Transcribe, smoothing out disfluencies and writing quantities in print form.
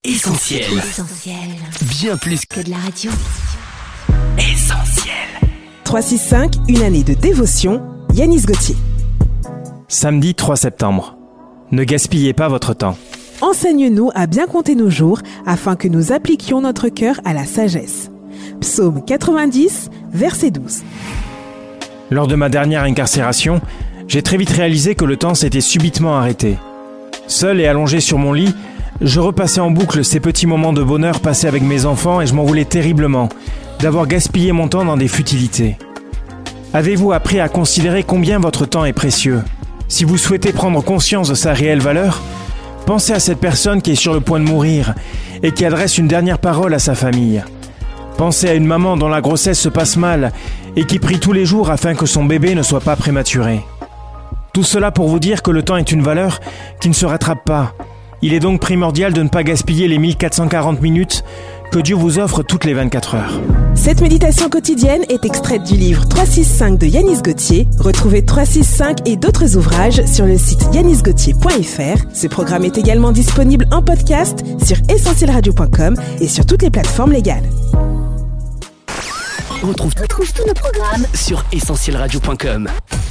Essentiel. Bien plus que de la radio. Essentiel. 365, une année de dévotion. Yanis Gauthier. Samedi 3 septembre. Ne gaspillez pas votre temps. Enseigne-nous à bien compter nos jours afin que nous appliquions notre cœur à la sagesse. Psaume 90, verset 12. Lors de ma dernière incarcération, j'ai très vite réalisé que le temps s'était subitement arrêté. Seul et allongé sur mon lit, je repassais en boucle ces petits moments de bonheur passés avec mes enfants et je m'en voulais terriblement d'avoir gaspillé mon temps dans des futilités. Avez-vous appris à considérer combien votre temps est précieux ? Si vous souhaitez prendre conscience de sa réelle valeur, pensez à cette personne qui est sur le point de mourir et qui adresse une dernière parole à sa famille. Pensez à une maman dont la grossesse se passe mal et qui prie tous les jours afin que son bébé ne soit pas prématuré. Tout cela pour vous dire que le temps est une valeur qui ne se rattrape pas. Il est donc primordial de ne pas gaspiller les 1440 minutes que Dieu vous offre toutes les 24 heures. Cette méditation quotidienne est extraite du livre 365 de Yanis Gauthier. Retrouvez 365 et d'autres ouvrages sur le site yanisgauthier.fr. Ce programme est également disponible en podcast sur essentielradio.com et sur toutes les plateformes légales. On retrouve tous nos programmes sur essentielradio.com.